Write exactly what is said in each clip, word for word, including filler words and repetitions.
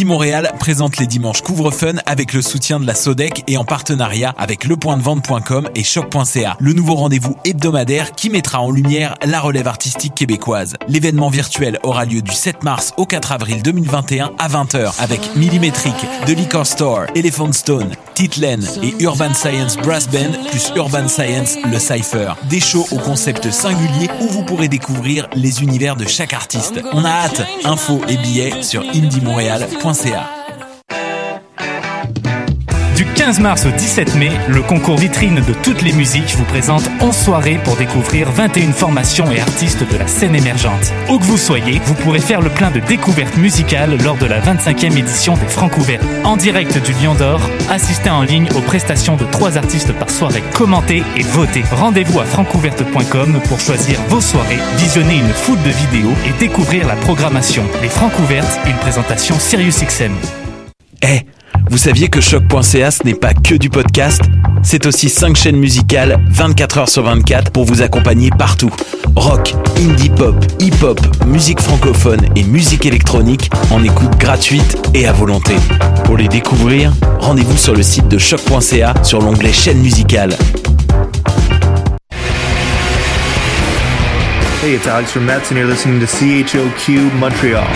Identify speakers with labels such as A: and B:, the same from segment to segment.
A: Indie Montréal présente les dimanches Couvre-Fun avec le soutien de la Sodec et en partenariat avec le point de vente point com et choc point c a. Le nouveau rendez-vous hebdomadaire qui mettra en lumière la relève artistique québécoise. L'événement virtuel aura lieu du sept mars au quatre avril deux mille vingt et un à vingt heures avec Millimétrique, The Liquor Store, Elephant Stone, Titlen et Urban Science Brass Band plus Urban Science le Cypher. Des shows au concept singulier où vous pourrez découvrir les univers de chaque artiste. On a hâte. Infos et billets sur indie montréal point c a.
B: Du quinze mars au dix-sept mai, le concours vitrine de toutes les musiques vous présente onze soirées pour découvrir vingt et une formations et artistes de la scène émergente. Où que vous soyez, vous pourrez faire le plein de découvertes musicales lors de la vingt-cinquième édition des Francouvertes. En direct du Lion d'Or, assistez en ligne aux prestations de trois artistes par soirée. Commentez et votez. Rendez-vous à francouverte point com pour choisir vos soirées, visionner une foule de vidéos et découvrir la programmation. Les Francouvertes, une présentation SiriusXM.
A: Eh hey, vous saviez que choc point c a ce n'est pas que du podcast? C'est aussi cinq chaînes musicales vingt-quatre heures sur vingt-quatre pour vous accompagner partout. Rock, indie pop, hip-hop, musique francophone et musique électronique en écoute gratuite et à volonté. Pour les découvrir, rendez-vous sur le site de choc point c a sur l'onglet chaîne musicale.
C: Hey, it's Alex from Mets and you're listening to C H O Q Montreal.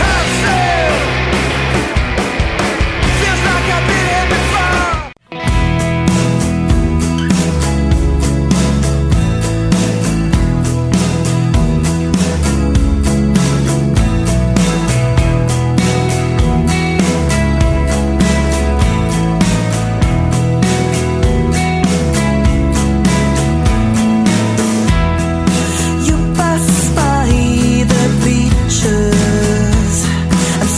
D: You pass by the beaches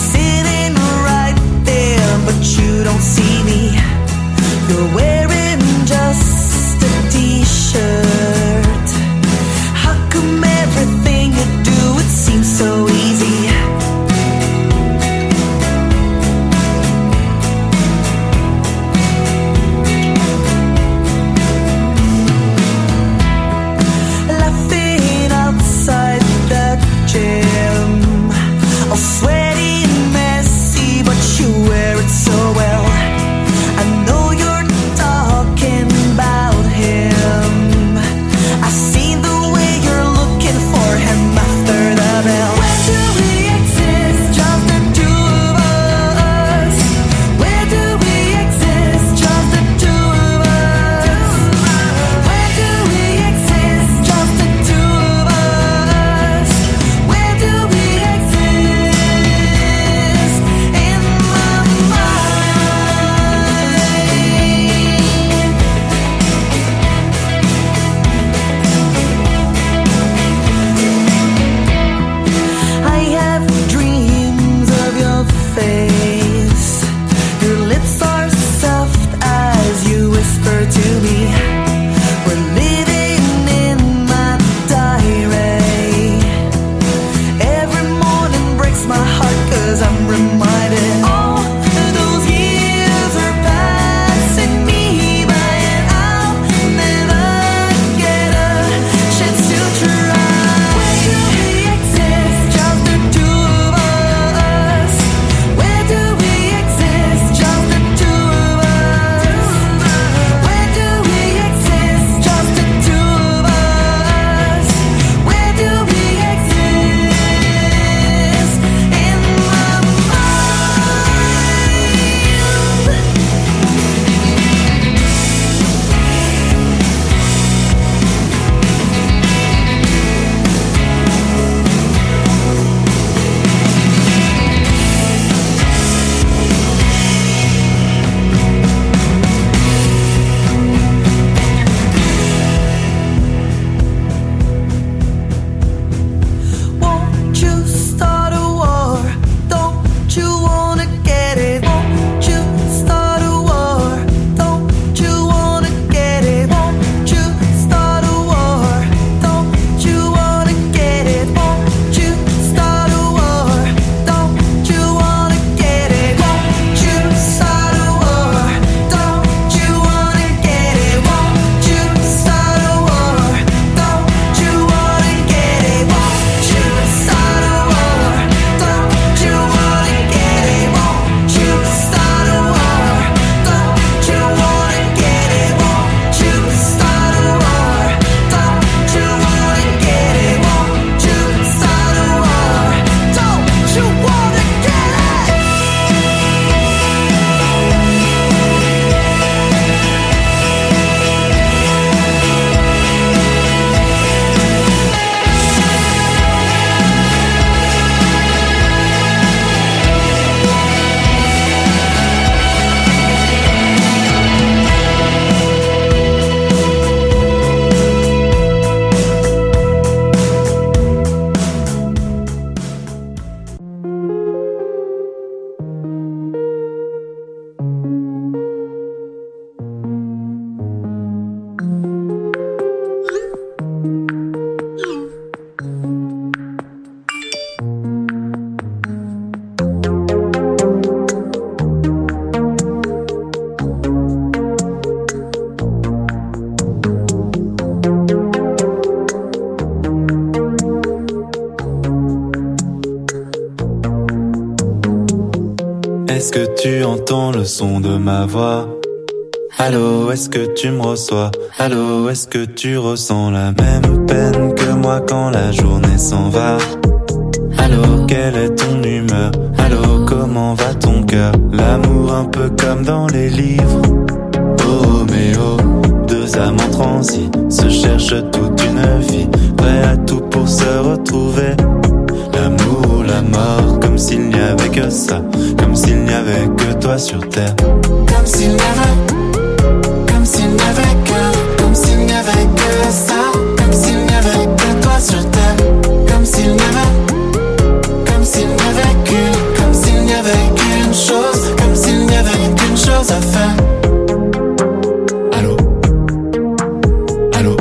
D: Est-ce que tu entends le son de ma voix? Allô, est-ce que tu me reçois? Allô, est-ce que tu ressens la même peine que moi quand la journée s'en va? Allô, quelle est ton humeur? Allô, comment va ton cœur? L'amour un peu comme dans les livres. Oh, mais oh, deux âmes en transi se cherchent toute une vie, prêts à tout pour se retrouver. L'amour ou la mort, comme s'il n'y avait que ça, comme s'il n'y avait que toi sur terre. Comme s'il n'y avait, comme s'il n'y avait que, comme s'il n'y avait que ça, comme s'il n'y avait que toi sur terre. Comme s'il n'y avait, comme s'il n'y avait qu'une, comme s'il n'y avait qu'une chose, comme s'il n'y avait qu'une chose à faire. Allô, allô.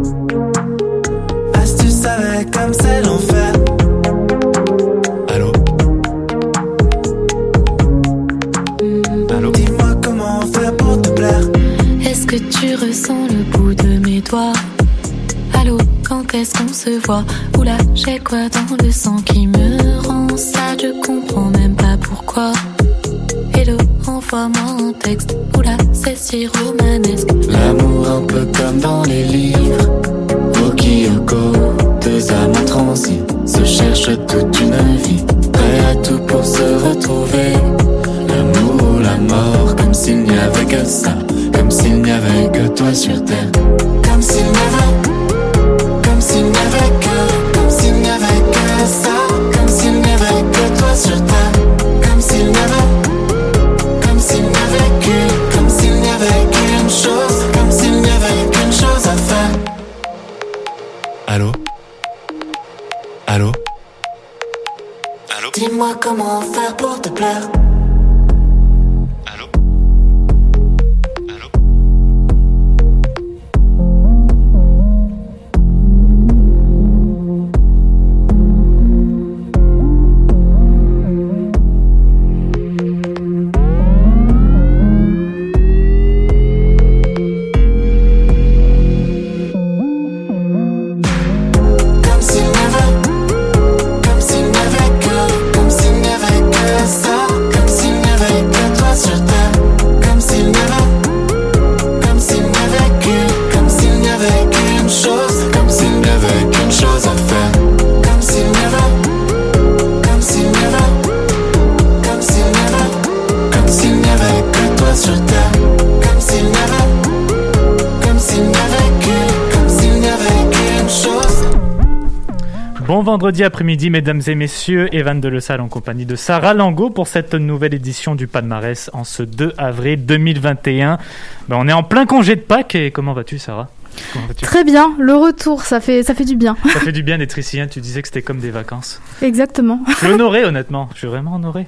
D: Ah, si tu savais comme c'est l'enfer. Allô, allô. Dis-moi comment faire pour te plaire.
E: Est-ce que tu ressens le bout de mes doigts? Allô, quand est-ce qu'on se voit? Oula, j'ai quoi dans le sang qui me rend sale? Je comprends même pas pourquoi. Hello, envoie-moi un texte. Oula, c'est si romanesque.
D: L'amour un peu comme dans les livres. Okiyoko, deux âmes en transi se cherchent toute une vie, prêts à tout pour se retrouver. L'amour ou la mort, comme s'il n'y avait que ça, comme s'il n'y avait que toi sur terre. Comme s'il n'y avait, comme s'il n'y avait que, comme s'il n'y avait que ça, comme s'il n'y avait que toi sur terre. Comme s'il n'y avait, comme s'il n'y avait qu'une, comme s'il n'y avait qu'une chose, comme s'il n'y avait qu'une chose à faire. Allô, allô, allô. Dis-moi comment faire pour te plaire. Allô, allô. Comme s'il n'y avait, comme s'il n'y avait que, comme s'il n'y avait que ça, comme s'il n'y avait que toi sur terre. Comme s'il n'y avait, comme s'il n'y avait qu'une, comme s'il n'y avait qu'une chose, comme s'il n'y avait qu'une chose à faire. Comme s'il n'y avait, comme s'il n'y avait, comme s'il n'y avait, comme s'il n'y avait que toi sur terre. Comme s'il n'y avait, comme s'il n'y avait qu'une, comme s'il n'y avait qu'une chose.
B: Bon vendredi après-midi, mesdames et messieurs, Evan de Le Salle en compagnie de Sarah Lango pour cette nouvelle édition du Palmarès en ce deux avril deux mille vingt et un. Ben, on est en plein congé de Pâques et comment vas-tu, Sarah? Comment vas-tu?
F: Très bien, le retour, ça fait, ça fait du bien.
B: Ça fait du bien d'être ici, hein. Tu disais que c'était comme des vacances.
F: Exactement.
B: Je suis honoré, honnêtement. Je suis vraiment honoré.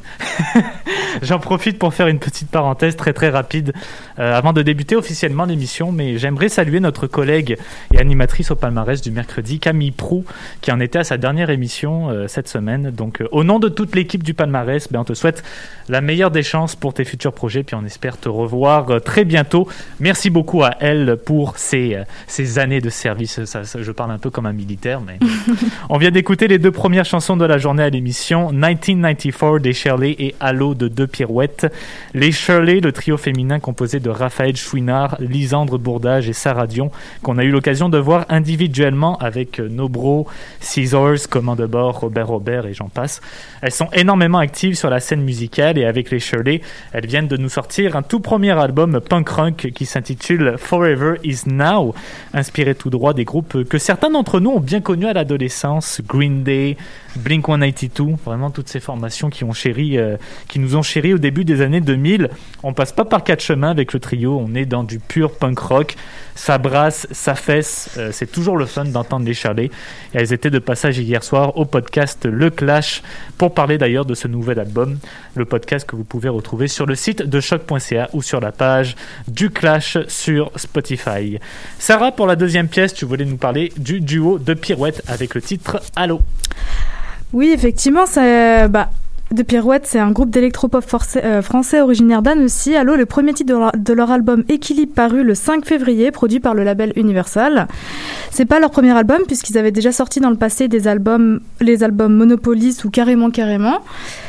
B: J'en profite pour faire une petite parenthèse très très rapide euh, avant de débuter officiellement l'émission, mais j'aimerais saluer notre collègue et animatrice au Palmarès du mercredi, Camille Proux, qui en était à sa dernière émission euh, cette semaine. Donc, euh, au nom de toute l'équipe du Palmarès, ben, on te souhaite la meilleure des chances pour tes futurs projets, puis on espère te revoir euh, très bientôt. Merci beaucoup à elle pour ses, euh, ses années de service. Ça, ça, je parle un peu comme un militaire, mais on vient d'écouter les deux premières chansons de la journée à l'émission, dix-neuf quatre-vingt-quatorze des Shirley et Allô de Deux Pirouettes. Les Shirley, le trio féminin composé de Raphaël Chouinard, Lisandre Bourdage et Sarah Dion, qu'on a eu l'occasion de voir individuellement avec Nobro, Scissors, Commande Bord, Robert Robert et j'en passe. Elles sont énormément actives sur la scène musicale et avec les Shirley, elles viennent de nous sortir un tout premier album punk rock qui s'intitule Forever Is Now, inspiré tout droit des groupes que certains d'entre nous ont bien connus à l'adolescence, Green Day, Blink cent quatre-vingt-douze, vraiment toutes ces formations qui ont chéri, euh, qui nous ont chéri au début des années deux mille. On passe pas par quatre chemins avec le trio, on est dans du pur punk rock, ça brasse, ça fesse, euh, c'est toujours le fun d'entendre les Shirley. Et elles étaient de passage hier soir au podcast Le Clash pour parler d'ailleurs de ce nouvel album, le podcast que vous pouvez retrouver sur le site de choc point c a ou sur la page du Clash sur Spotify. Sarah, pour la deuxième pièce, tu voulais nous parler du duo de Pirouettes avec le titre Allô.
F: Oui, effectivement, c'est, bah, de Pirouettes, c'est un groupe d'électropop forcé, euh, français originaire d'Annecy. Allô, le premier titre de leur, de leur album Équilibre paru le cinq février, produit par le label Universal. C'est pas leur premier album puisqu'ils avaient déjà sorti dans le passé des albums, les albums Monopolis ou Carrément Carrément.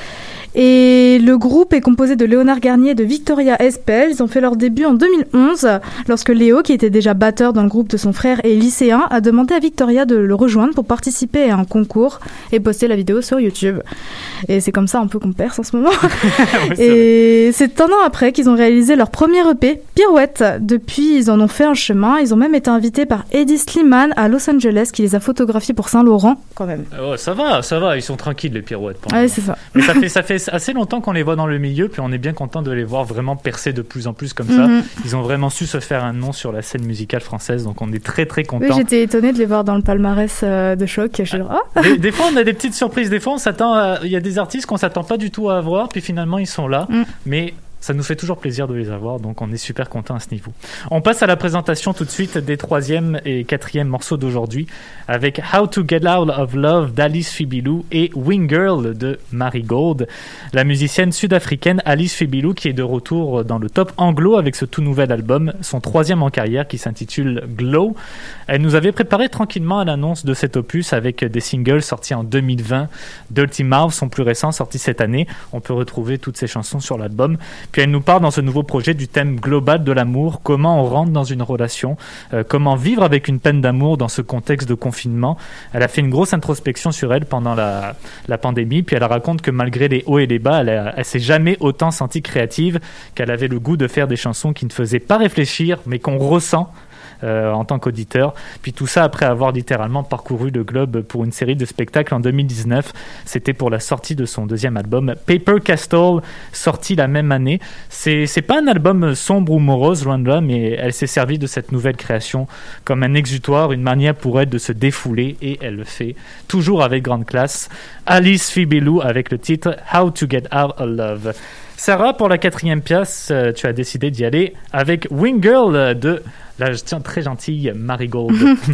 F: Et le groupe est composé de Léonard Garnier et de Victoria Espel. Ils ont fait leur début en deux mille onze, lorsque Léo, qui était déjà batteur dans le groupe de son frère et lycéen, a demandé à Victoria de le rejoindre pour participer à un concours et poster la vidéo sur YouTube. Et c'est comme ça un peu qu'on perce en ce moment. Oui, c'est et c'est un an après qu'ils ont réalisé leur premier E P, Pirouette. Depuis, ils en ont fait un chemin. Ils ont même été invités par Eddie Slimane à Los Angeles, qui les a photographiés pour Saint-Laurent, quand même.
B: Oh, ça va, ça va. Ils sont tranquilles, les Pirouettes.
F: Ouais, c'est ça.
B: Mais ça fait, ça fait assez longtemps qu'on les voit dans le milieu, puis on est bien content de les voir vraiment percer de plus en plus comme ça. Mm-hmm. Ils ont vraiment su se faire un nom sur la scène musicale française, donc on est très très content.
F: Oui, j'étais étonnée de les voir dans le palmarès euh, de Choc. Je dis, oh.
B: des, des fois, on a des petites surprises. Des fois, on s'attend. Il y a des artistes qu'on s'attend pas du tout à avoir, puis finalement, ils sont là. Mm. Mais ça nous fait toujours plaisir de les avoir, donc on est super contents à ce niveau. On passe à la présentation tout de suite des troisième et quatrième morceaux d'aujourd'hui, avec How to Get Out of Love d'Alice Fibilou et Wing Girl de Marigold. La musicienne sud-africaine Alice Fibilou qui est de retour dans le top anglo avec ce tout nouvel album, son troisième en carrière qui s'intitule Glow. Elle nous avait préparé tranquillement à l'annonce de cet opus avec des singles sortis en deux mille vingt. Dirty Mouth, son plus récent, sorti cette année. On peut retrouver toutes ces chansons sur l'album. Puis elle nous parle dans ce nouveau projet du thème global de l'amour, comment on rentre dans une relation, euh, comment vivre avec une peine d'amour dans ce contexte de confinement. Elle a fait une grosse introspection sur elle pendant la, la pandémie, puis elle raconte que malgré les hauts et les bas, elle, a, elle s'est jamais autant sentie créative, qu'elle avait le goût de faire des chansons qui ne faisaient pas réfléchir, mais qu'on ressent. Euh, en tant qu'auditeur. Puis tout ça après avoir littéralement parcouru le globe pour une série de spectacles en deux mille dix-neuf. C'était pour la sortie de son deuxième album, Paper Castle, sorti la même année. C'est, c'est pas un album sombre ou morose, loin de là, mais elle s'est servie de cette nouvelle création comme un exutoire, une manière pour elle de se défouler, et elle le fait toujours avec grande classe. Alice Fibilou avec le titre How to Get Out of Love. Sarah, pour la quatrième pièce, euh, tu as décidé d'y aller avec Wing Girl de la tiens, très gentille Marigold.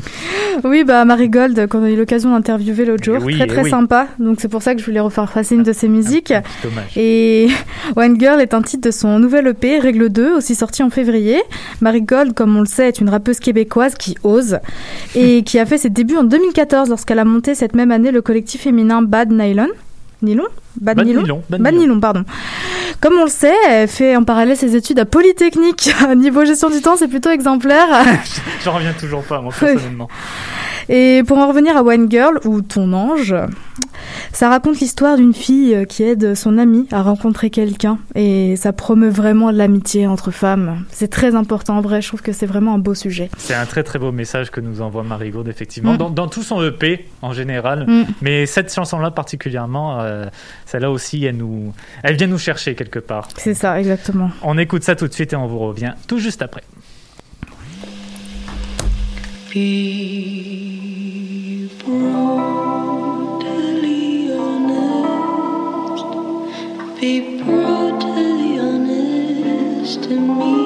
F: Oui, bah Marigold, qu'on a eu l'occasion d'interviewer l'autre jour,
B: oui,
F: très très
B: oui.
F: sympa. Donc c'est pour ça que je voulais refaire passer une de ses musiques.
B: Un petit hommage.
F: Et One Girl est un titre de son nouvel E P, Règle deux, aussi sorti en février. Marigold, comme on le sait, est une rappeuse québécoise qui ose et qui a fait ses débuts en deux mille quatorze lorsqu'elle a monté cette même année le collectif féminin Bad Nylon. Nylon Bad, Bad Nylon, Nylon Bad, Bad Nylon, pardon. Comme on le sait, elle fait en parallèle ses études à Polytechnique. Niveau gestion du temps, c'est plutôt exemplaire.
B: J'en reviens toujours pas, moi, personnellement.
F: Et pour en revenir à One Girl, ou Ton Ange, ça raconte l'histoire d'une fille qui aide son amie à rencontrer quelqu'un. Et ça promeut vraiment l'amitié entre femmes. C'est très important, en vrai. Je trouve que c'est vraiment un beau sujet.
B: C'est un très très beau message que nous envoie Marigold, effectivement. Mm. Dans, dans tout son E P, en général. Mm. Mais cette chanson-là particulièrement, euh, celle-là aussi, elle, nous, elle vient nous chercher quelque part.
F: C'est ça, exactement.
B: On écoute ça tout de suite et on vous revient tout juste après.
G: Be brutally honest, be brutally honest to me,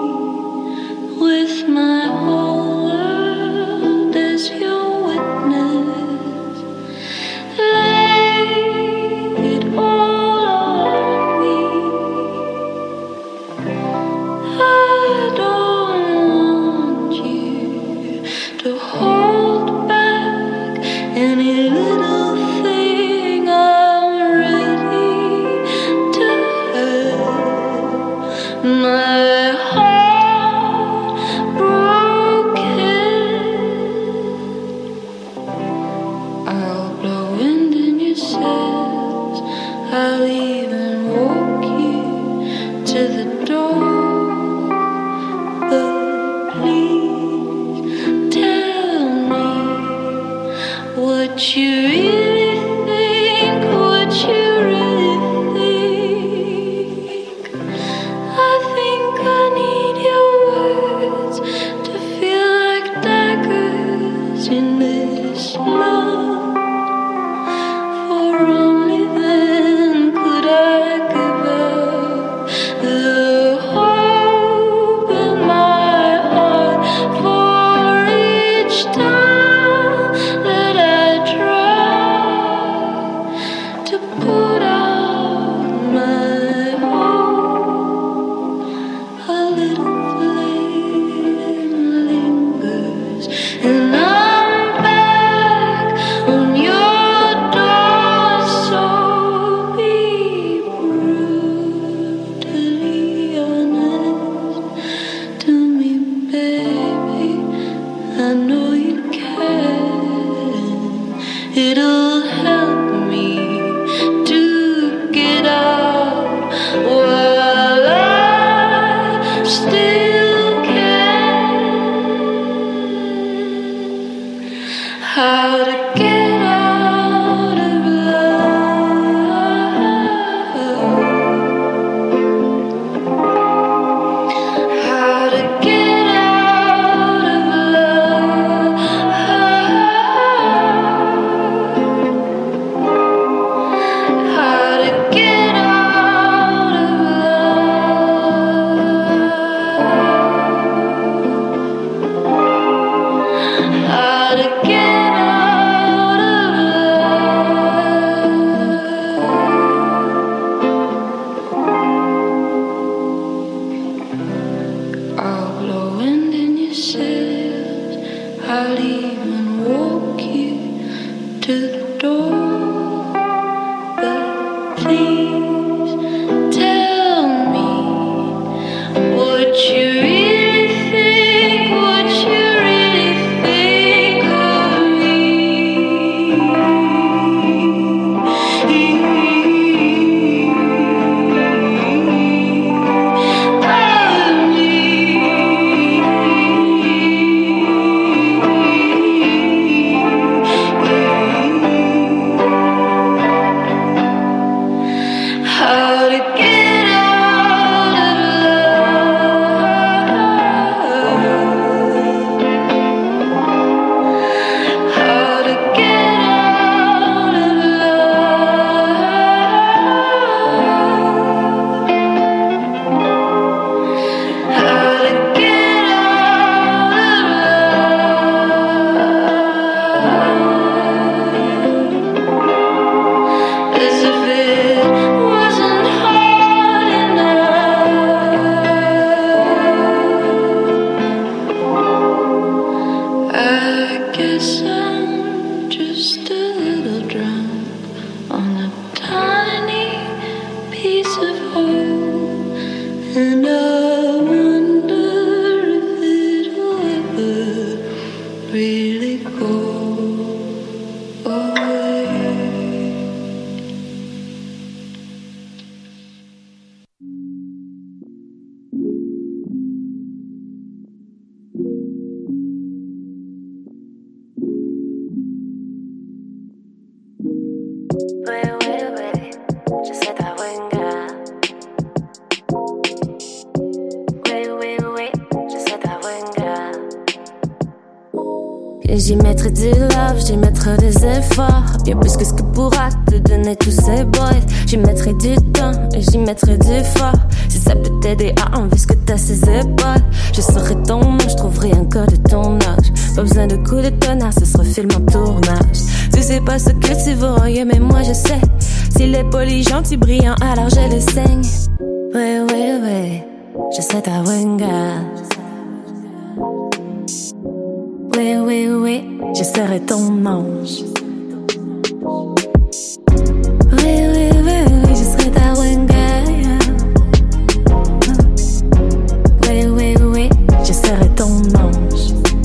G: with my whole world as your witness, lay it all on me. I don't want you to hold back any little thing. I'm ready to have my heart broken. I'll blow wind in your sails, I'll even walk you to the door. But please tell me what you really think, what you really think. I think I need your words to feel like daggers in this love, for only then could I give up the hope in my heart. For each time that I try to put out my hope, a little flame lingers, and I'm back on your door. So be I know you can. It'll help me to get out while I still can. How to get out of love. How to get out of love. How to get out of love. How to get out of love. I'll blow wind in your sails. I'll even walk you to the door. But please tell me what you really think, what you really think of me. How to get out of love. How to get out of love. How to get out of love. As if it wasn't hard enough. I guess I'm just a little drunk on a tiny piece of hope, and I wonder if it'll ever really go away.
E: Oui, oui, oui, je sais ta winga. Oui, oui, oui, je sais ta winga. Et j'y mettrai du love, j'y mettrai des efforts, bien plus que ce que pourra te donner tous ces boys. J'y mettrai du temps et j'y mettrai du fort. Si ça peut t'aider à enlever ce que t'as ses épaules, je serai ton nom, je trouverai un code de ton âge. Pas besoin de coups de tonnerre, ce sera film en tournage. Tu sais pas ce que tu veux, mais moi je sais. S'il est poli, gentil, brillant, alors je le saigne. Oui, oui, oui, je sais ta winga. Oui, oui, oui, je serai ton ange. Oui, oui, oui, oui, je serai ta winga. Oui, oui, oui, je serai ton ange.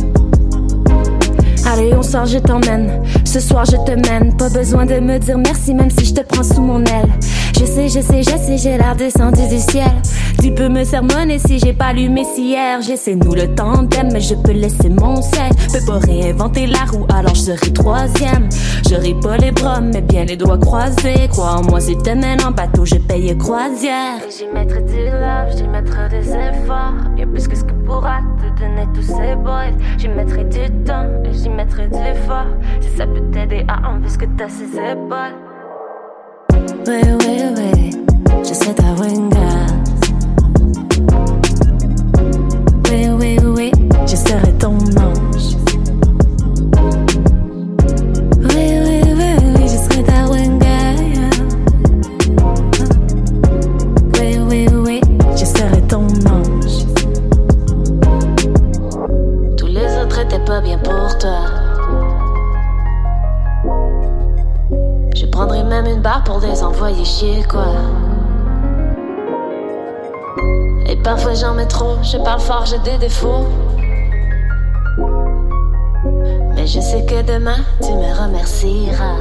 E: Allez, on sort, je t'emmène. Ce soir, je te mène. Pas besoin de me dire merci, même si je te prends sous mon aile. Je sais, je sais, je sais, j'ai l'air descendu du ciel. Tu peux me sermonner si j'ai pas lu Messi hier. J'essaie nous le tandem, mais je peux laisser mon sel. Peux pas réinventer la roue, alors je serai troisième. Je ris pas les bras, mais bien les doigts croisés. Crois en moi, si te mènes en bateau, je paye croisière. Et j'y mettrai du love, j'y mettrai des efforts, bien plus que ce que pourra te donner tous ces boys. J'y mettrai du temps et j'y mettrai du effort. Si ça peut t'aider à enlever ce que t'as ses épaules. Oui, oui, oui, je sais ta winga. Oui, oui, oui, je serai ton ange. Oui, oui, oui, oui, je serai ta winga. Oui, oui, oui, je serai ton ange. Tous les autres étaient pas bien pour toi. Je prendrai même une barre pour les envoyer chier, quoi. Et parfois j'en mets trop, je parle fort, j'ai des défauts.
H: sais que demain tu me remercieras.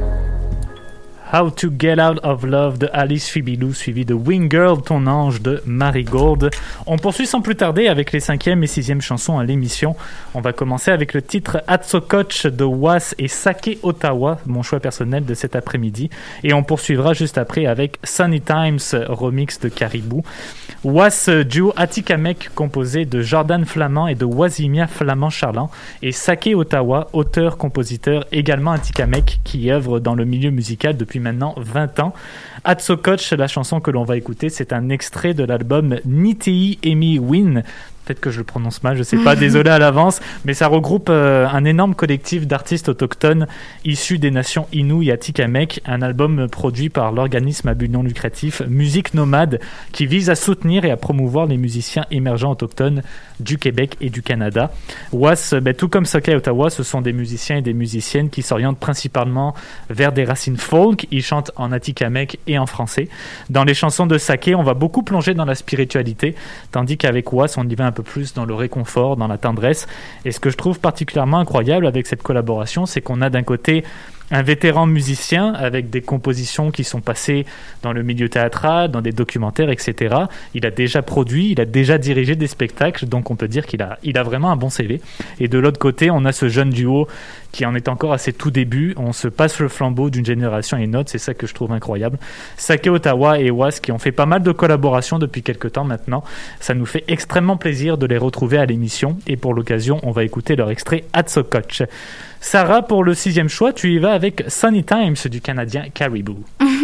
B: How to Get Out of Love de Alice Fibilou, suivi de Wing Girl, ton ange de Marigold. On poursuit sans plus tarder avec les cinquième et sixième chansons à l'émission. On va commencer avec le titre Atsokoch de Was et Sake Ottawa, mon choix personnel de cet après-midi. Et on poursuivra juste après avec Sunny Times, remix de Caribou. Was duo Atikamek composé de Jordan Flamand et de Wasimia Flamand-Charland. Et Sake Ottawa, auteur-compositeur également Atikamek, qui œuvre dans le milieu musical depuis maintenant vingt ans. Atsokoch, la chanson que l'on va écouter, c'est un extrait de l'album Nitei Emi Win. Peut-être que je le prononce mal, je sais pas, désolé à l'avance, mais ça regroupe euh, un énorme collectif d'artistes autochtones issus des nations Innu et Atikamek, un album produit par l'organisme à but non lucratif Musique Nomade, qui vise à soutenir et à promouvoir les musiciens émergents autochtones du Québec et du Canada. Was, ben, tout comme Sake Ottawa, ce sont des musiciens et des musiciennes qui s'orientent principalement vers des racines folk. Ils chantent en Atikamek et en français. Dans les chansons de Sake, on va beaucoup plonger dans la spiritualité, tandis qu'avec Was, on y va un peu plus dans le réconfort, dans la tendresse. Et ce que je trouve particulièrement incroyable avec cette collaboration, c'est qu'on a d'un côté un vétéran musicien avec des compositions qui sont passées dans le milieu théâtral, dans des documentaires, et cetera. Il a déjà produit, il a déjà dirigé des spectacles, donc on peut dire qu'il a, il a vraiment un bon C V. Et de l'autre côté, on a ce jeune duo qui en est encore à ses tout débuts. On se passe le flambeau d'une génération à une autre, c'est ça que je trouve incroyable. Sake Ottawa et Was qui ont fait pas mal de collaborations depuis quelques temps maintenant. Ça nous fait extrêmement plaisir de les retrouver à l'émission et pour l'occasion, on va écouter leur extrait Atsokoch. Sarah, pour le sixième choix, tu y vas avec Sunny Times du Canadien Caribou.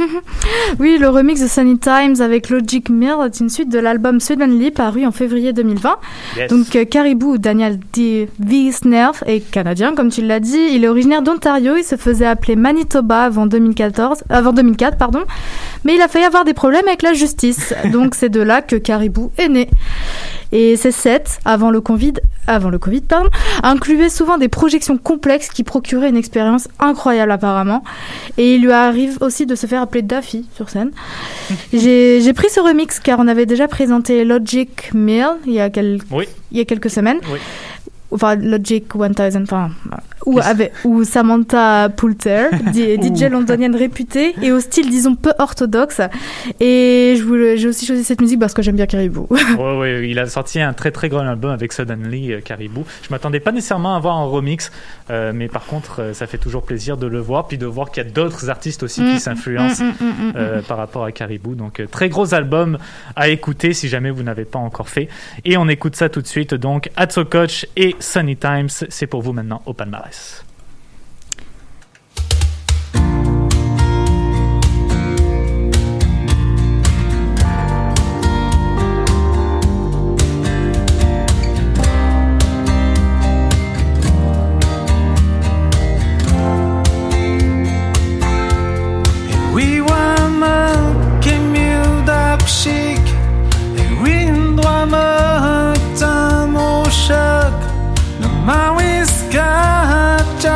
F: Oui, le remix de Sunny Times avec Logic Mill est une suite de l'album Suddenly paru en février deux mille vingt. Yes. Donc euh, Caribou, Daniel D. Wiesnerf est canadien, comme tu l'as dit. Il est originaire d'Ontario. Il se faisait appeler Manitoba avant deux mille quatorze, avant deux mille quatre, pardon. Mais il a failli avoir des problèmes avec la justice. Donc c'est de là que Caribou est né. Et ces sets, avant le Covid, avant le Covid, pardon, incluaient souvent des projections complexes qui procuraient une expérience incroyable apparemment. Et il lui arrive aussi de se faire appeler Daffy sur scène. j'ai, j'ai pris ce remix car on avait déjà présenté Logic Mill il y a, quel...
B: oui.
F: il y a quelques semaines.
B: Oui.
F: Enfin, Logic mille, enfin, ou, avec, ou Samantha Poulter, D J londonienne réputée et au style, disons, peu orthodoxe. Et je voulais, j'ai aussi choisi cette musique parce que j'aime bien Caribou.
B: Ouais, ouais, il a sorti un très très grand album avec Suddenly, euh, Caribou. Je m'attendais pas nécessairement à voir un remix, euh, mais par contre, euh, ça fait toujours plaisir de le voir, puis de voir qu'il y a d'autres artistes aussi mmh, qui s'influencent mmh, mmh, euh, mmh. par rapport à Caribou. Donc, euh, très gros album à écouter si jamais vous n'avez pas encore fait. Et on écoute ça tout de suite. Donc, Atsokoch et Sunny Times, c'est pour vous maintenant au palmarès.
I: My whiskey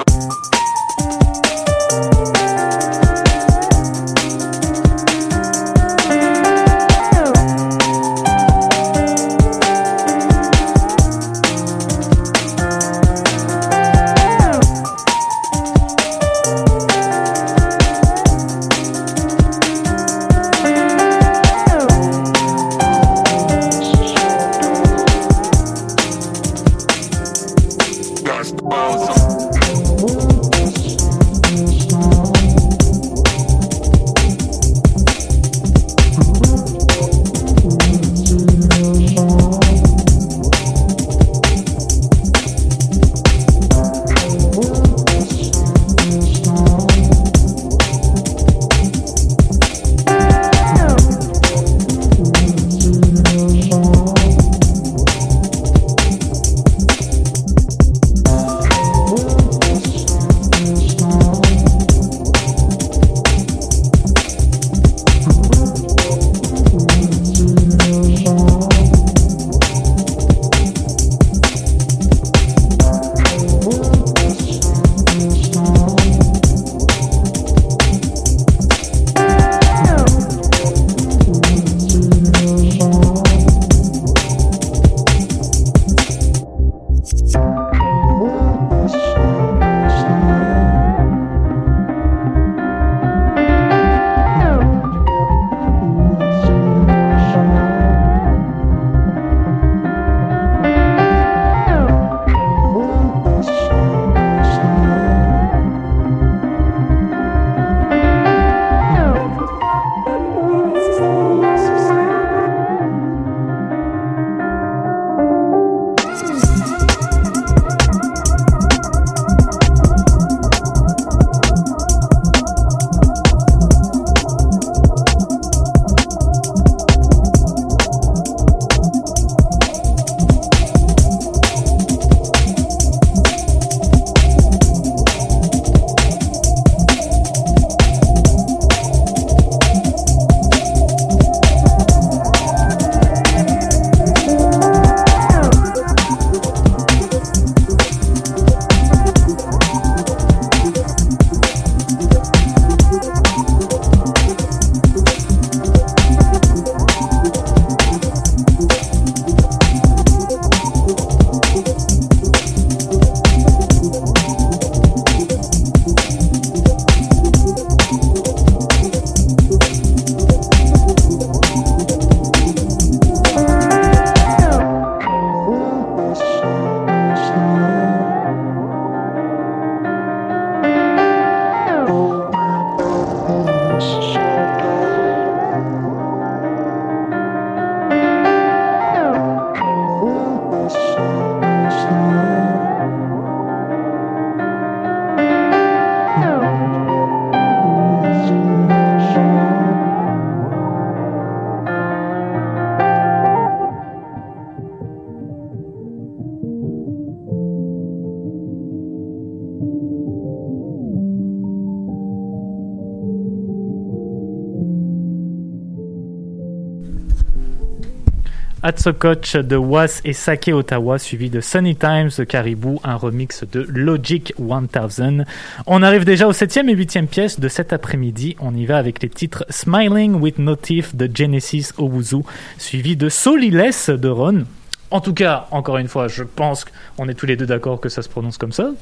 B: Atsokoch de Was et Sake Ottawa, suivi de Sunny Times de Caribou, un remix de Logic mille. On arrive déjà aux septième et huitième pièces de cet après-midi. On y va avec les titres Smiling with No Teeth de Genesis Owuzu, suivi de Soliless de Ron. En tout cas, encore une fois, je pense qu'on est tous les deux d'accord que ça se prononce comme ça.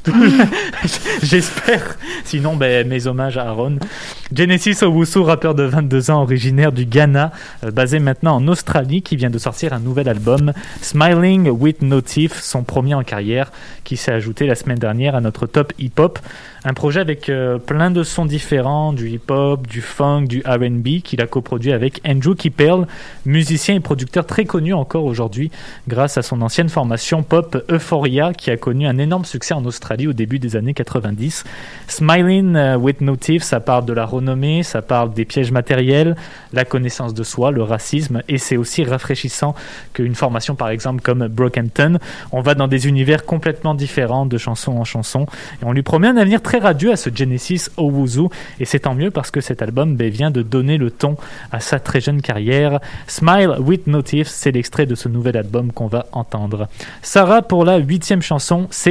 B: J'espère. Sinon, ben, mes hommages à Aaron. Genesis Owusu, rappeur de vingt-deux ans, originaire du Ghana, euh, basé maintenant en Australie, qui vient de sortir un nouvel album, Smiling with No Teeth, son premier en carrière, qui s'est ajouté la semaine dernière à notre top hip-hop. Un projet avec euh, plein de sons différents, du hip-hop, du funk, du R and B, qu'il a coproduit avec Andrew Kippel, musicien et producteur très connu encore aujourd'hui, grâce à son ancienne formation pop Euphoria, qui a connu un énorme succès en Australie au début des années quatre-vingt-dix. Smiling uh, with No Teeth, ça parle de la renommée, ça parle des pièges matériels, la connaissance de soi, le racisme, et c'est aussi rafraîchissant qu'une formation par exemple comme Brockhampton. On va dans des univers complètement différents de chanson en chanson, et on lui promet un avenir très radieux à ce Genesis Owuzu, et c'est tant mieux parce que cet album ben, vient de donner le ton à sa très jeune carrière. Smile with No Teeth, c'est l'extrait de ce nouvel album qu'on va entendre. Sarah, pour la huitième chanson, c'est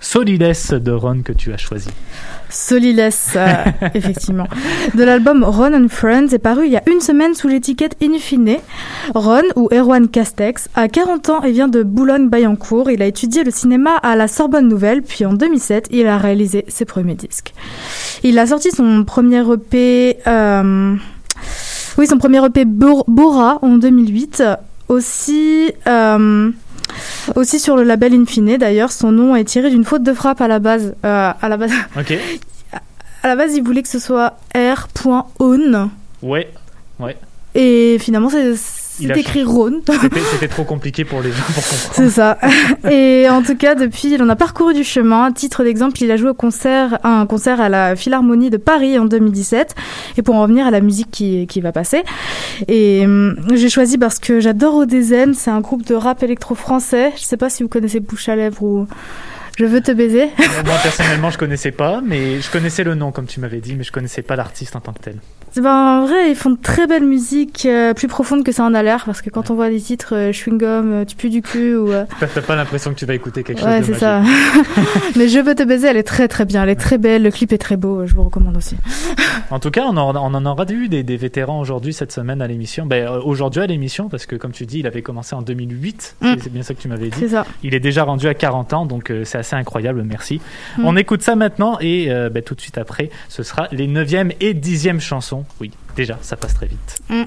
B: Soliless de Ron que tu as choisi.
F: Soliless, euh, effectivement. De l'album Ron and Friends est paru il y a une semaine sous l'étiquette In Fine. Ron, ou Erwan Castex, a quarante ans et vient de Boulogne-Billancourt. Il a étudié le cinéma à la Sorbonne Nouvelle, puis en deux mille sept, il a réalisé ses premiers disques. Il a sorti son premier E P, euh, oui, son premier E P Bora en deux mille huit. Aussi, euh, Aussi sur le label In Fine, d'ailleurs, son nom est tiré d'une faute de frappe à la base. Euh, à la base.
B: Ok.
F: À la base, il voulait que ce soit R.own.
B: Ouais, ouais.
F: Et finalement, c'est, c'est écrit Ron.
B: C'était, c'était trop compliqué pour les gens pour comprendre.
F: C'est ça. Et en tout cas, depuis, il en a parcouru du chemin. À titre d'exemple, il a joué au concert, à un concert à la Philharmonie de Paris en deux mille dix-sept. Et pour en revenir à la musique qui, qui va passer. Et hum, j'ai choisi parce que j'adore Odezen. C'est un groupe de rap électro-français. Je sais pas si vous connaissez Bouche à lèvres ou Je veux te baiser.
B: Moi, personnellement, je connaissais pas, mais je connaissais le nom, comme tu m'avais dit, mais je connaissais pas l'artiste en tant que tel.
F: Ben, en vrai, ils font de très belle musique, euh, plus profonde que ça en a l'air, parce que quand on voit des titres euh, chewing gum, euh, tu pues du cul ou. Euh...
B: T'as, t'as pas l'impression que tu vas écouter quelque chose
F: ouais,
B: de
F: c'est
B: magique.
F: ça. Mais Je veux te baiser, elle est très très bien, elle est très belle, le clip est très beau, je vous recommande aussi.
B: En tout cas, on en, on en aura eu des, des vétérans aujourd'hui cette semaine à l'émission. Ben, euh, aujourd'hui à l'émission, parce que comme tu dis, il avait commencé en deux mille huit, mm. c'est, c'est bien ça que tu m'avais dit.
F: C'est ça.
B: Il est déjà rendu à quarante ans, donc euh, c'est assez incroyable, merci. Mm. On écoute ça maintenant et euh, ben, tout de suite après, ce sera les neuvième et dixième chansons. Oui, déjà, ça passe très vite.
F: Mm.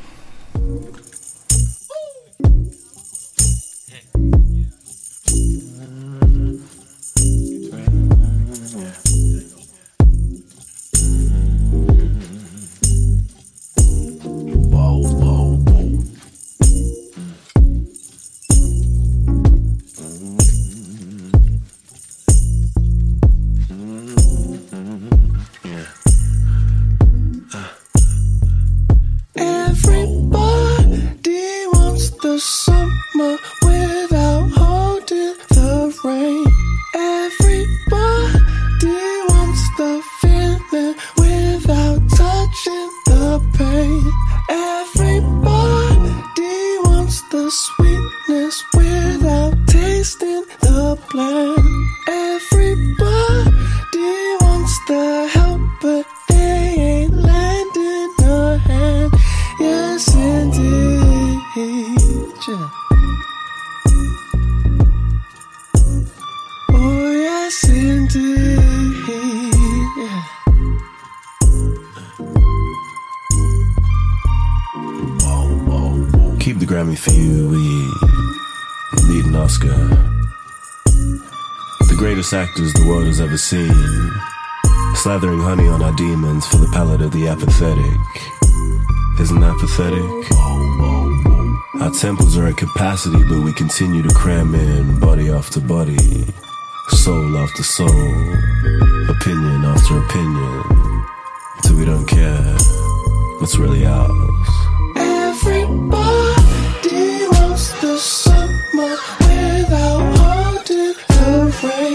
I: Actors the world has ever seen, slathering honey on our demons for the palate of the apathetic. Isn't that pathetic? Our temples are at capacity, but we continue to cram in body after body, soul after soul, opinion after opinion, till we don't care what's really ours.
J: Everybody wants the summer without holding the rain.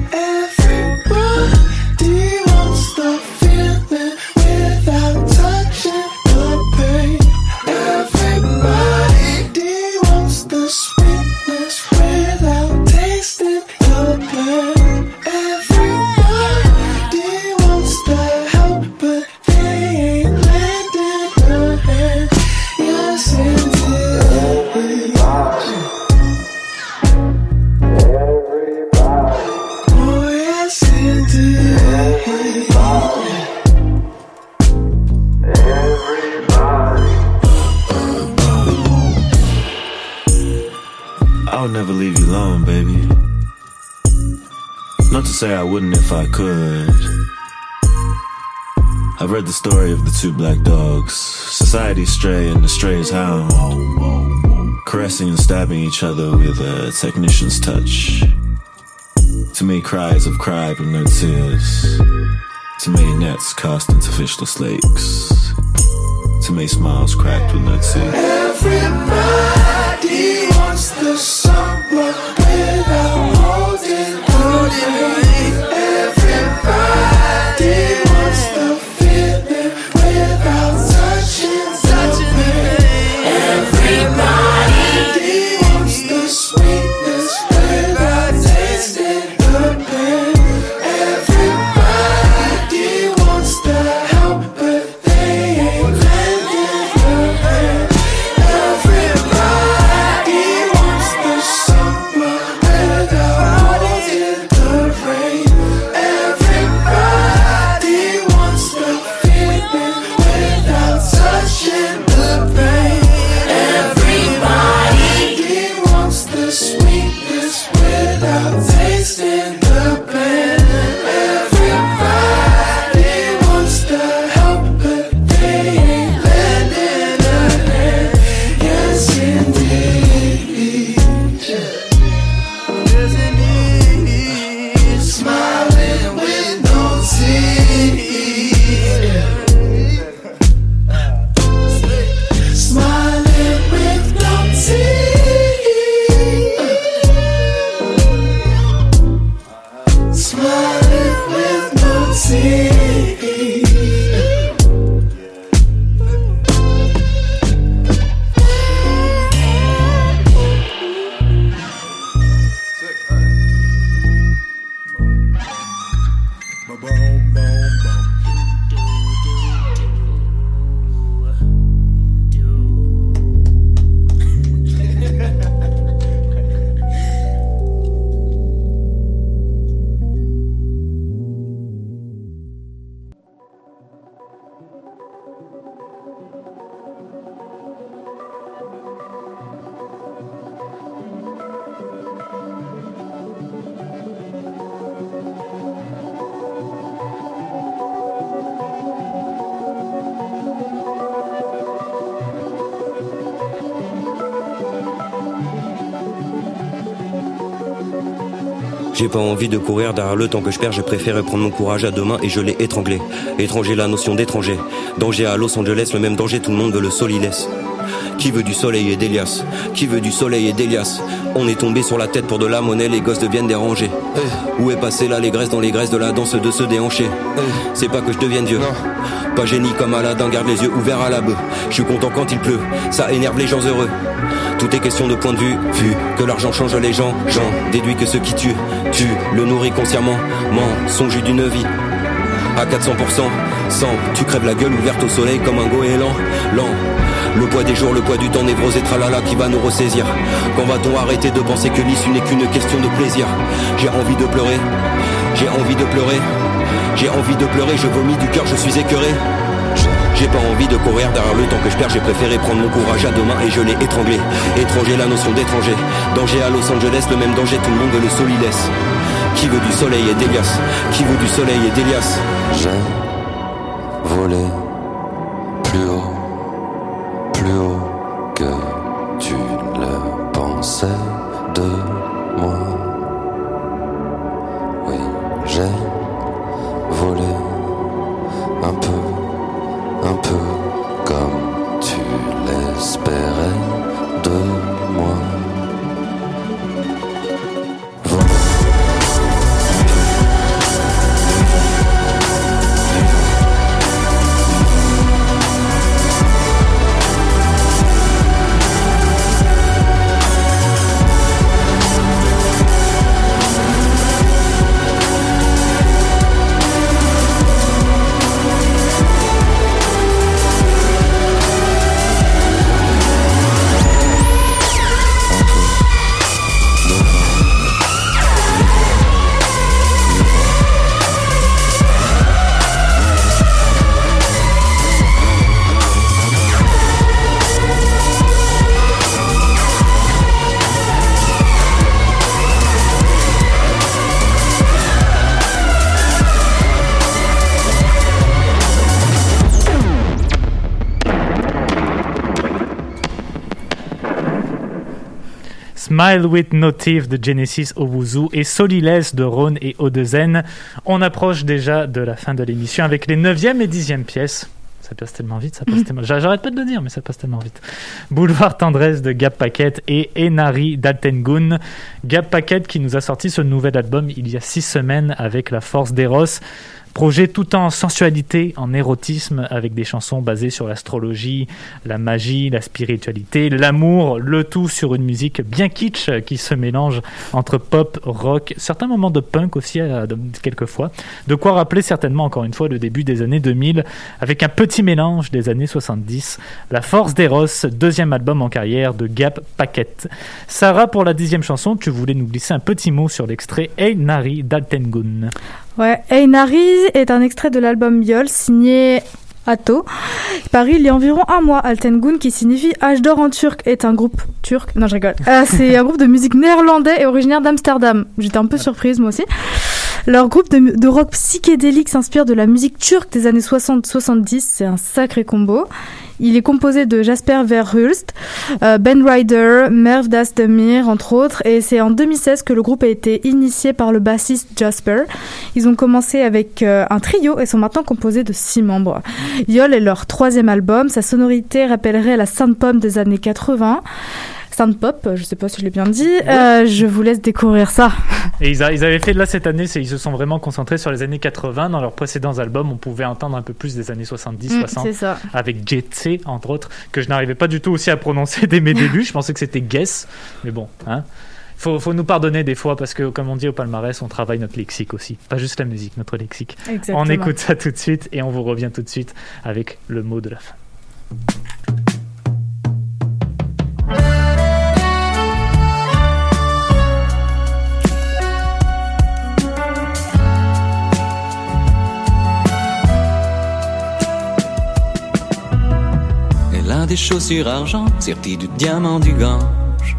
I: Say I wouldn't if I could. I've read the story of the two black dogs, society's stray and the stray's hound, caressing and stabbing each other with a technician's touch. To me cries have cried with no tears, to me nets cast into fishless lakes, to me smiles cracked with no teeth.
J: Everybody wants the summer without holding the rain. Everybody wants the sweetness without tasting the pain.
K: J'ai pas envie de courir derrière le temps que je perds, j'ai préféré prendre mon courage à deux mains et je l'ai étranglé. Étranger, la notion d'étranger. Danger à Los Angeles, le même danger, tout le monde veut le solilès. Qui veut du soleil et d'Elias? Qui veut du soleil et d'Elias? On est tombé sur la tête pour de la monnaie, les gosses deviennent dérangés. Hey. Où est passé l'allégresse dans les graisses de la danse de se déhancher? Hey. C'est pas que je devienne Dieu, non. Pas génie comme Aladdin, garde les yeux ouverts à la bœuf. Je suis content quand il pleut, ça énerve les gens heureux. Tout est question de point de vue, vu que l'argent change les gens. J'en déduis que ceux qui tuent, tuent, le nourrit consciemment. Mensonge d'une vie à quatre cents pour cent. Sans, tu crèves la gueule ouverte au soleil comme un goéland. Lent. Le poids des jours, le poids du temps, névrose et tralala qui va nous ressaisir. Quand va-t-on arrêter de penser que l'issue n'est qu'une question de plaisir? J'ai envie de pleurer, j'ai envie de pleurer, j'ai envie de pleurer, je vomis du cœur, je suis écœuré. J'ai pas envie de courir derrière le temps que je perds, j'ai préféré prendre mon courage à deux mains et je l'ai étranglé. Étranger, la notion d'étranger. Danger à Los Angeles, le même danger, tout le monde veut le solilès. Qui veut du soleil et d'Elias? Qui veut du soleil et d'Elias?
D: J'ai volé plus haut, plus haut que tu le pensais de moi. Oui, j'ai volé un peu, un peu comme tu l'espérais de moi. Voler
B: Smile with No Teeth de Genesis Owuzu et Solilès de Rhône et Odezen. On approche déjà de la fin de l'émission avec les neuvième et dixième pièces. Ça passe tellement vite, ça passe tellement... J'arrête pas de le dire, mais ça passe tellement vite. Boulevard Tendresse de Gab Packet et Enari d'Altengun. Gab Packet qui nous a sorti ce nouvel album il y a six semaines avec La Force d'Eros. Projet tout en sensualité, en érotisme, avec des chansons basées sur l'astrologie, la magie, la spiritualité, l'amour, le tout sur une musique bien kitsch qui se mélange entre pop, rock, certains moments de punk aussi, euh, quelquefois. De quoi rappeler certainement encore une fois le début des années deux mille, avec un petit mélange des années soixante-dix. La Force d'Eros, deuxième album en carrière de Gab Packet. Sarah, pour la dixième chanson, tu voulais nous glisser un petit mot sur l'extrait Hey Nari d'Altengun.
F: Ouais, Einari est un extrait de l'album Yol, signé Atto, paru il y a environ un mois. Altengun, qui signifie Âge d'or en turc, est un groupe turc. Non, je rigole. Euh, c'est un groupe de musique néerlandais et originaire d'Amsterdam. J'étais un peu surprise, moi aussi. Leur groupe de, de rock psychédélique s'inspire de la musique turque des années soixante soixante-dix. C'est un sacré combo. Il est composé de Jasper Verhulst, euh, Ben Ryder, Merv Das Demir, entre autres. Et c'est en deux mille seize que le groupe a été initié par le bassiste Jasper. Ils ont commencé avec euh, un trio et sont maintenant composés de six membres. Yol est leur troisième album. Sa sonorité rappellerait la synth-pop des années quatre-vingts. Synth-pop, je sais pas si je l'ai bien dit. Euh, je vous laisse découvrir ça.
B: Et ils, a, ils avaient fait là cette année, c'est, ils se sont vraiment concentrés sur les années quatre-vingts. Dans leurs précédents albums, on pouvait entendre un peu plus des années soixante-dix, soixante.
F: C'est ça.
B: Avec Jetse, entre autres, que je n'arrivais pas du tout aussi à prononcer dès mes débuts. Je pensais que c'était Guess, mais bon, hein. Faut, faut nous pardonner des fois parce que, comme on dit au palmarès, on travaille notre lexique aussi. Pas juste la musique, notre lexique.
F: Exactement.
B: On écoute ça tout de suite et on vous revient tout de suite avec le mot de la fin.
L: Elle a des chaussures argent serties du diamant du Gange.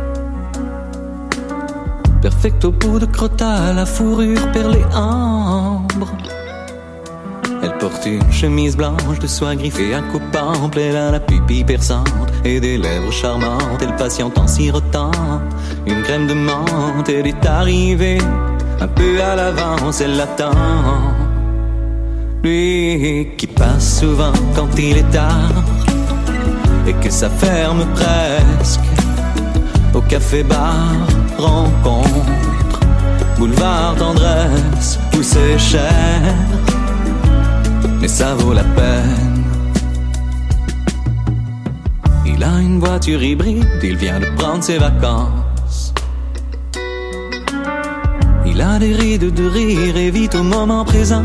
L: Perfecto bout de crotale, la fourrure perlée ambre. Elle porte une chemise blanche de soie griffée à coupe ample. Elle a la pupille perçante et des lèvres charmantes. Elle patiente en sirotant une crème de menthe. Elle est arrivée un peu à l'avance, elle l'attend. Lui qui passe souvent quand il est tard et que ça ferme presque. Au café-bar, rencontre, boulevard tendresse, où c'est cher, mais ça vaut la peine. Il a une voiture hybride, il vient de prendre ses vacances. Il a des rides de rire et vit au moment présent.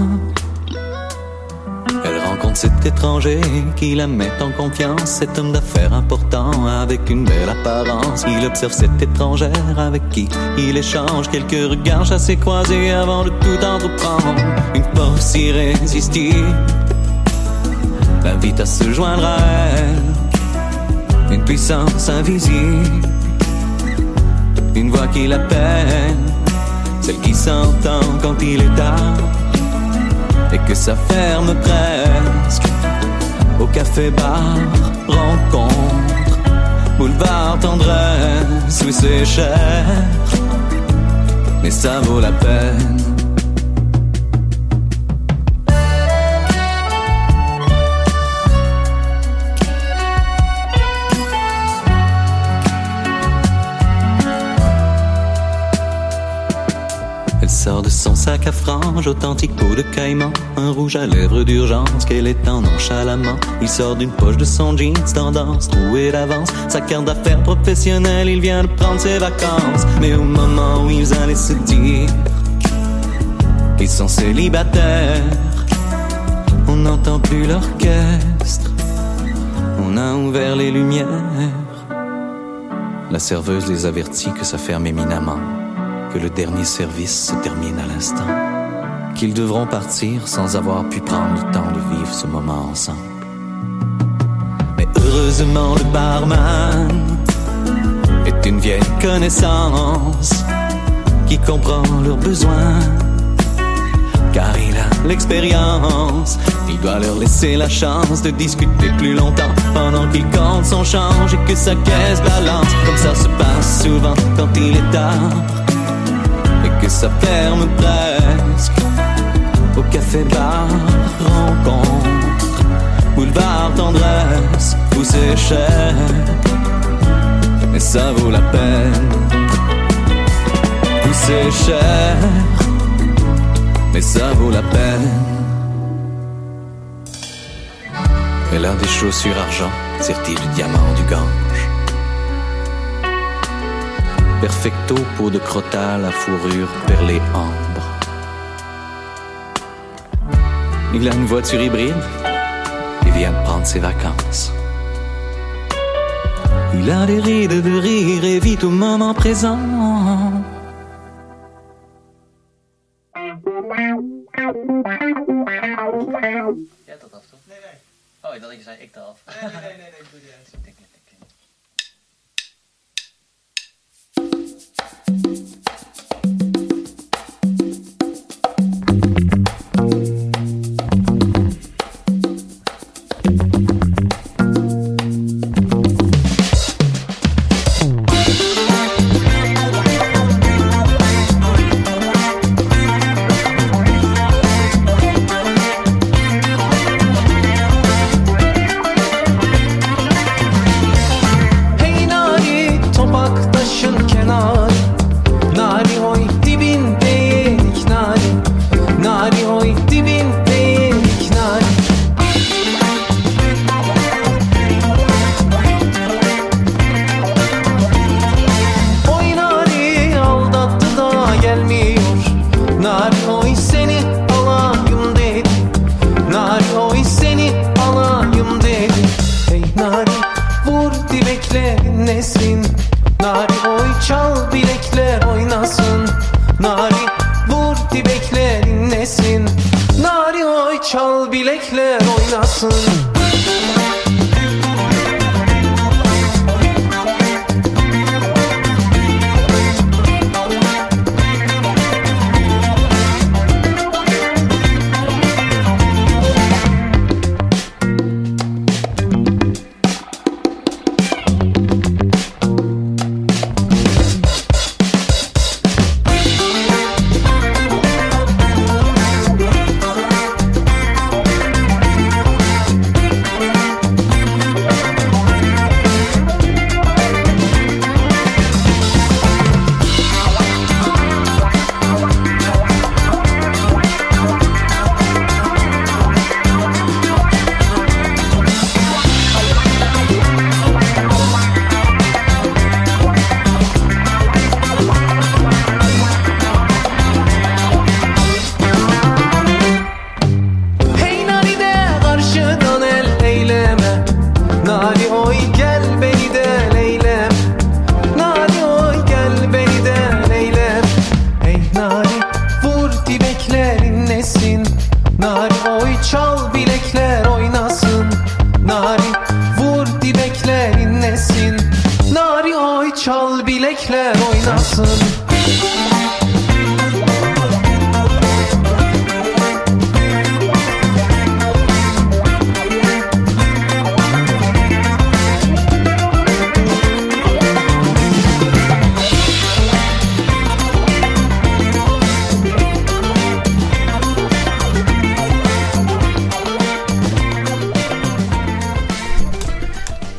L: Elle rencontre cet étranger qui la met en confiance, cet homme d'affaires important avec une belle apparence. Il observe cette étrangère avec qui il échange quelques regards chassés croisés avant de tout entreprendre. Une force irrésistible l'invite à se joindre à elle, une puissance invisible, une voix qui l'appelle, celle qui s'entend quand il est tard et que ça ferme presque. Au café-bar, rencontre, boulevard tendresse, où c'est cher, mais ça vaut la peine. Sort de son sac à franges, authentique peau de caïman, un rouge à lèvres d'urgence qu'elle étend nonchalamment. Il sort d'une poche de son jeans, tendance trouée d'avance, sa carte d'affaires professionnelle, il vient de prendre ses vacances. Mais au moment où ils allaient se dire qu'ils sont célibataires, on n'entend plus l'orchestre, on a ouvert les lumières. La serveuse les avertit que ça ferme éminemment, que le dernier service se termine à l'instant, qu'ils devront partir sans avoir pu prendre le temps de vivre ce moment ensemble. Mais heureusement le barman est une vieille connaissance qui comprend leurs besoins, car il a l'expérience. Il doit leur laisser la chance de discuter plus longtemps pendant qu'il compte son change et que sa caisse balance. Comme ça se passe souvent quand il est tard et que ça ferme presque. Au café-bar, rencontre, boulevard tendresse, où c'est cher, mais ça vaut la peine. Où c'est cher, mais ça vaut la peine. Elle a des chaussures argent, serties du diamant du Gange. Perfecto, peau de crotale à fourrure perlée ambre. Il a une voiture hybride et vient de prendre ses vacances. Il a des rides de rire et vit au moment présent.
M: Jij tot af, toch? Nee, nee. Oh, ik dacht dat je zei ik eraf. Nee, nee, nee, nee, nee, ik doe die uit. Tik, tik, tik.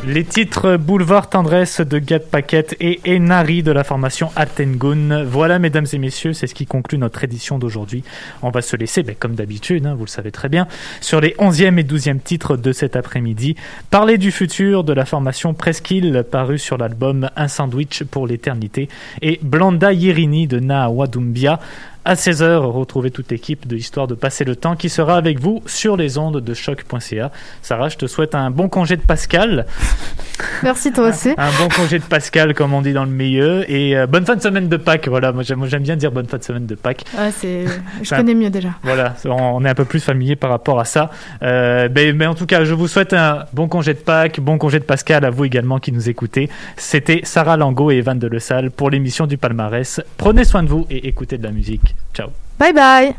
B: Les titres Boulevard Tendresse de Gat Paquette et Enari de la formation Atengun. Voilà, mesdames et messieurs, c'est ce qui conclut notre édition d'aujourd'hui. On va se laisser, ben, comme d'habitude, hein, vous le savez très bien, sur les onzième et douzième titres de cet après-midi. Parler du futur de la formation Presqu'île, paru sur l'album Un sandwich pour l'éternité, et Blanda Yerini de Nahawa Doumbia. À seize heures, retrouvez toute l'équipe de Histoire de passer le temps qui sera avec vous sur les ondes de choc point c a. Sarah, je te souhaite un bon congé de Pascal.
F: Merci, toi aussi.
B: Un, un bon congé de Pascal, comme on dit dans le milieu. Et euh, bonne fin de semaine de Pâques. Voilà, moi j'aime, moi, j'aime bien dire bonne fin de semaine de Pâques.
F: Ouais, c'est... Je
B: enfin,
F: connais mieux déjà.
B: Voilà, on est un peu plus familier par rapport à ça. Euh, mais, mais en tout cas, je vous souhaite un bon congé de Pâques, bon congé de Pascal à vous également qui nous écoutez. C'était Sarah Lango et Evan de Le Salle pour l'émission du Palmarès. Prenez soin de vous et écoutez de la musique. Ciao.
F: Bye bye.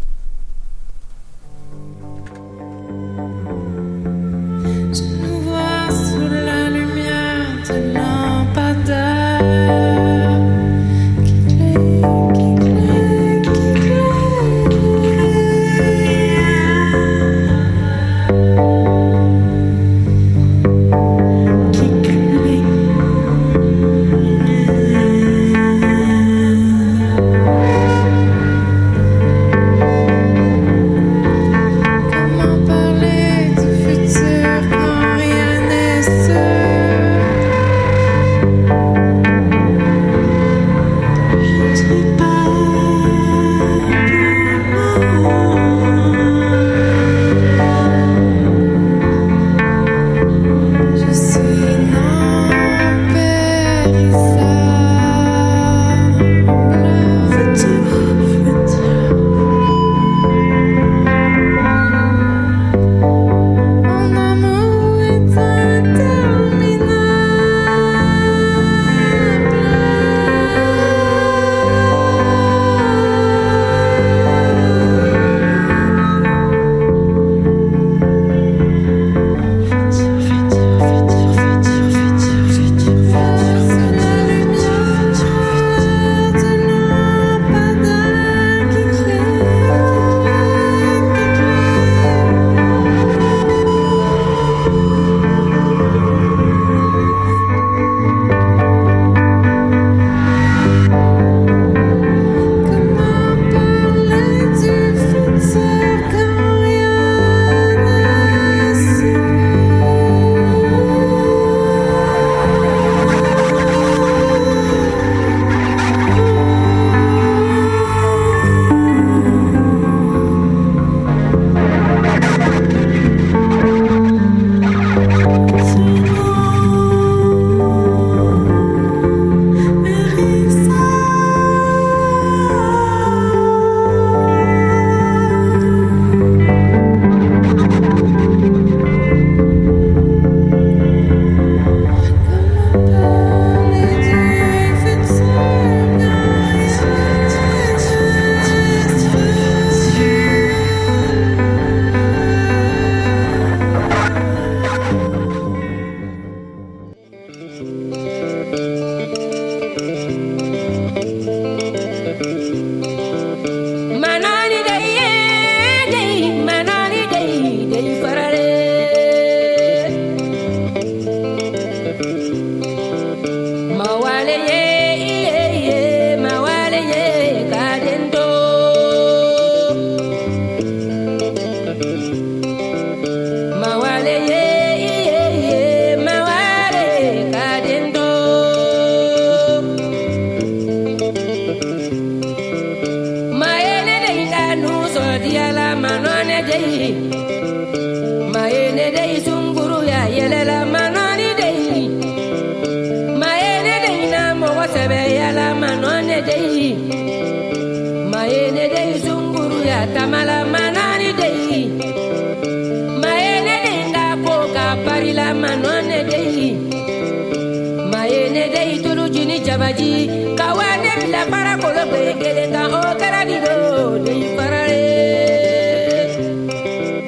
J: Je nous vois sous la lumière de lampadaire qui clé, qui clé, qui clé.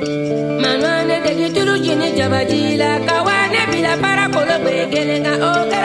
N: Jabajila kawane bila para kolo begelenga o